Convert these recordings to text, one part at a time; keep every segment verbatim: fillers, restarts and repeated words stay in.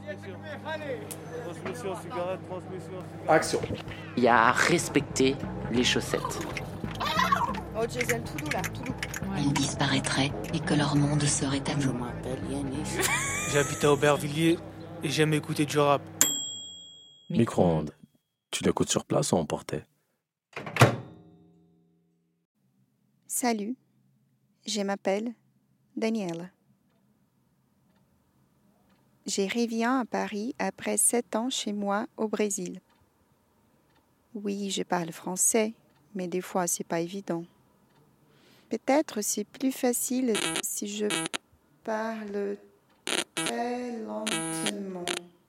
Transmission, cigarette, transmission, cigarette. Action. Il y a à respecter les chaussettes. Oh, Jason, tout doux là, tout doux. Ils disparaîtraient et que leur monde serait à nous. J'habite à Aubervilliers et j'aime écouter du rap. Micro-ondes. Tu l'écoutes sur place ou emporté? Salut, je m'appelle Daniela. J'ai reviens à Paris après sept ans chez moi au Brésil. Oui, je parle français, mais des fois c'est pas évident. Peut-être c'est plus facile si je parle très lentement.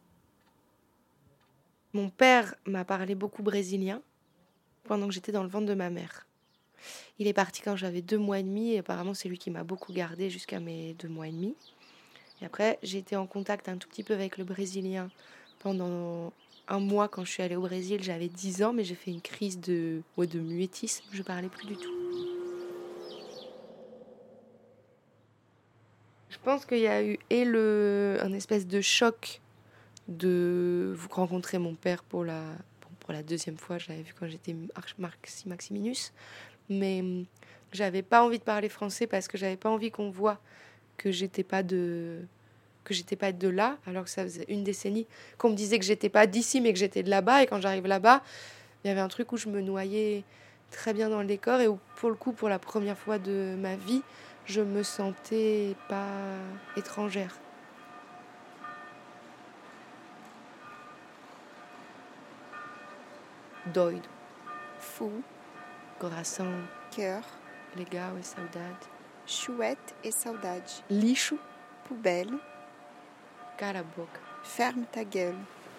Mon père m'a parlé beaucoup brésilien pendant que j'étais dans le ventre de ma mère. Il est parti quand j'avais deux mois et demi et apparemment c'est lui qui m'a beaucoup gardée jusqu'à mes deux mois et demi. Et après, j'ai été en contact un tout petit peu avec le brésilien pendant un mois quand je suis allée au Brésil. J'avais dix ans, mais j'ai fait une crise de, ouais, de muettisme. Je parlais plus du tout. Je pense qu'il y a eu et le, un espèce de choc de vous rencontrer mon père pour la, pour, pour la deuxième fois. Je l'avais vu quand j'étais Maxi Maximinus. Mais j'avais pas envie de parler français parce que j'avais pas envie qu'on voie que j'étais pas de que j'étais pas de là, alors que ça faisait une décennie qu'on me disait que j'étais pas d'ici mais que j'étais de là-bas. Et quand j'arrive là-bas, il y avait un truc où je me noyais très bien dans le décor et où pour le coup, pour la première fois de ma vie, je me sentais pas étrangère. Doido, Fou, coração, cœur, legal e saudade, chouette et saudade. lixo, Poubelle, cala a boca. ferme ta gueule.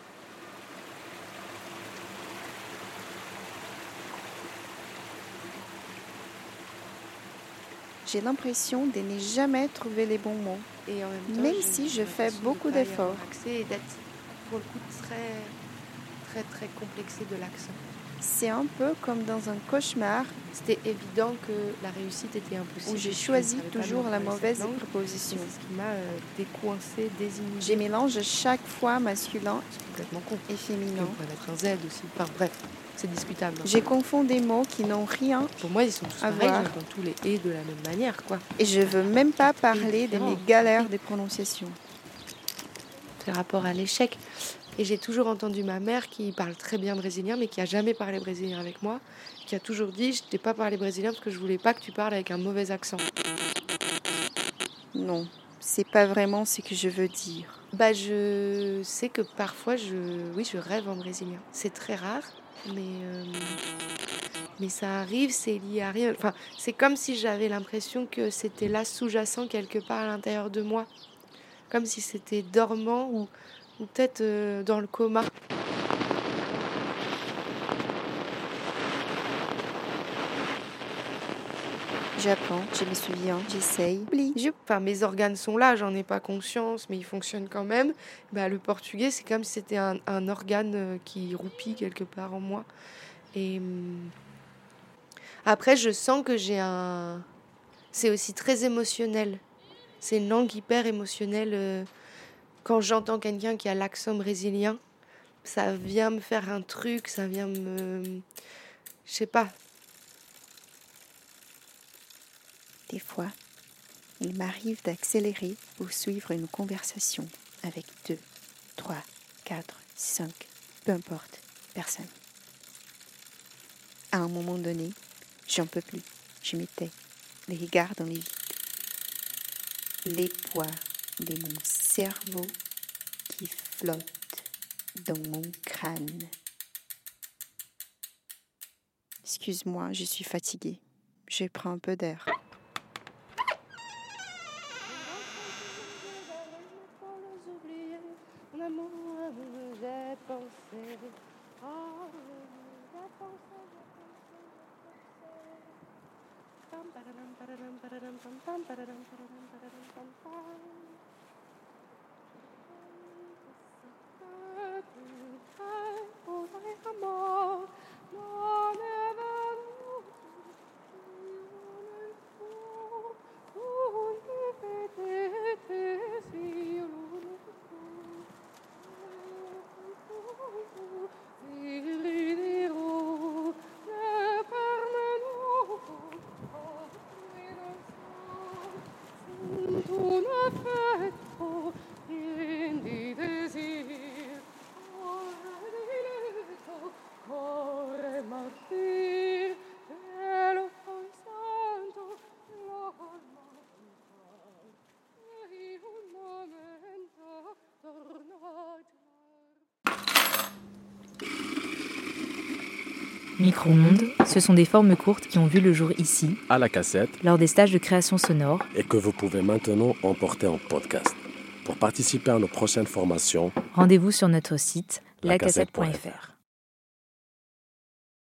J'ai l'impression de ne jamais trouver les bons mots, Et en même temps, même j'ai si je l'impression fais de beaucoup pas y d'efforts. avoir accès et d'être pour le coup très très très complexé de l'accent. C'est un peu comme dans un cauchemar C'était évident que la réussite était impossible. où j'ai Je choisi ne savais pas toujours me la parler cette mauvaise langue. proposition. C'est ce qui m'a euh, décoincée, désinhibée. Je mélange chaque fois masculin C'est complètement con. et féminin. On pourrait mettre un Z aussi. Enfin bref, c'est discutable. Je confonds des mots qui n'ont rien Pour moi, ils sont tous à pareils. voir. J'entends tous les et de la même manière, quoi. et je veux même pas parler de mes différent. galères de prononciation. C'est rapport à l'échec. Et j'ai toujours entendu ma mère qui parle très bien brésilien, mais qui a jamais parlé brésilien avec moi, qui a toujours dit je t'ai pas parlé brésilien parce que je voulais pas que tu parles avec un mauvais accent. Non, c'est pas vraiment ce que je veux dire. Bah je sais que parfois je oui je rêve en brésilien. C'est très rare, mais euh, mais ça arrive, c'est lié à rien. Enfin c'est comme si j'avais l'impression que c'était là sous-jacent quelque part à l'intérieur de moi, comme si c'était dormant ou ou peut-être euh, dans le coma. J'apprends, je me souviens, j'essaye, oublie. Je- Enfin, mes organes sont là, j'en ai pas conscience, mais ils fonctionnent quand même. Bah, le portugais, c'est comme si c'était un, un organe euh, qui roupille quelque part en moi. Et hum, après, je sens que j'ai un... C'est aussi très émotionnel. C'est une langue hyper émotionnelle. euh, Quand j'entends quelqu'un qui a l'accent brésilien, ça vient me faire un truc, ça vient me... Je sais pas. Des fois, il m'arrive d'accélérer pour suivre une conversation avec deux, trois, quatre, cinq, peu importe, personne. À un moment donné, j'en peux plus. Je me tais, les regards dans les vides. Les poids de mon cerveau qui flotte dans mon crâne. Excuse-moi, je suis fatiguée. Je prends un peu d'air. Micro-ondes, ce sont des formes courtes qui ont vu le jour ici, à la cassette, lors des stages de création sonore, et que vous pouvez maintenant emporter en podcast. Pour participer à nos prochaines formations, rendez-vous sur notre site la la cassette cassette point point f r. f r.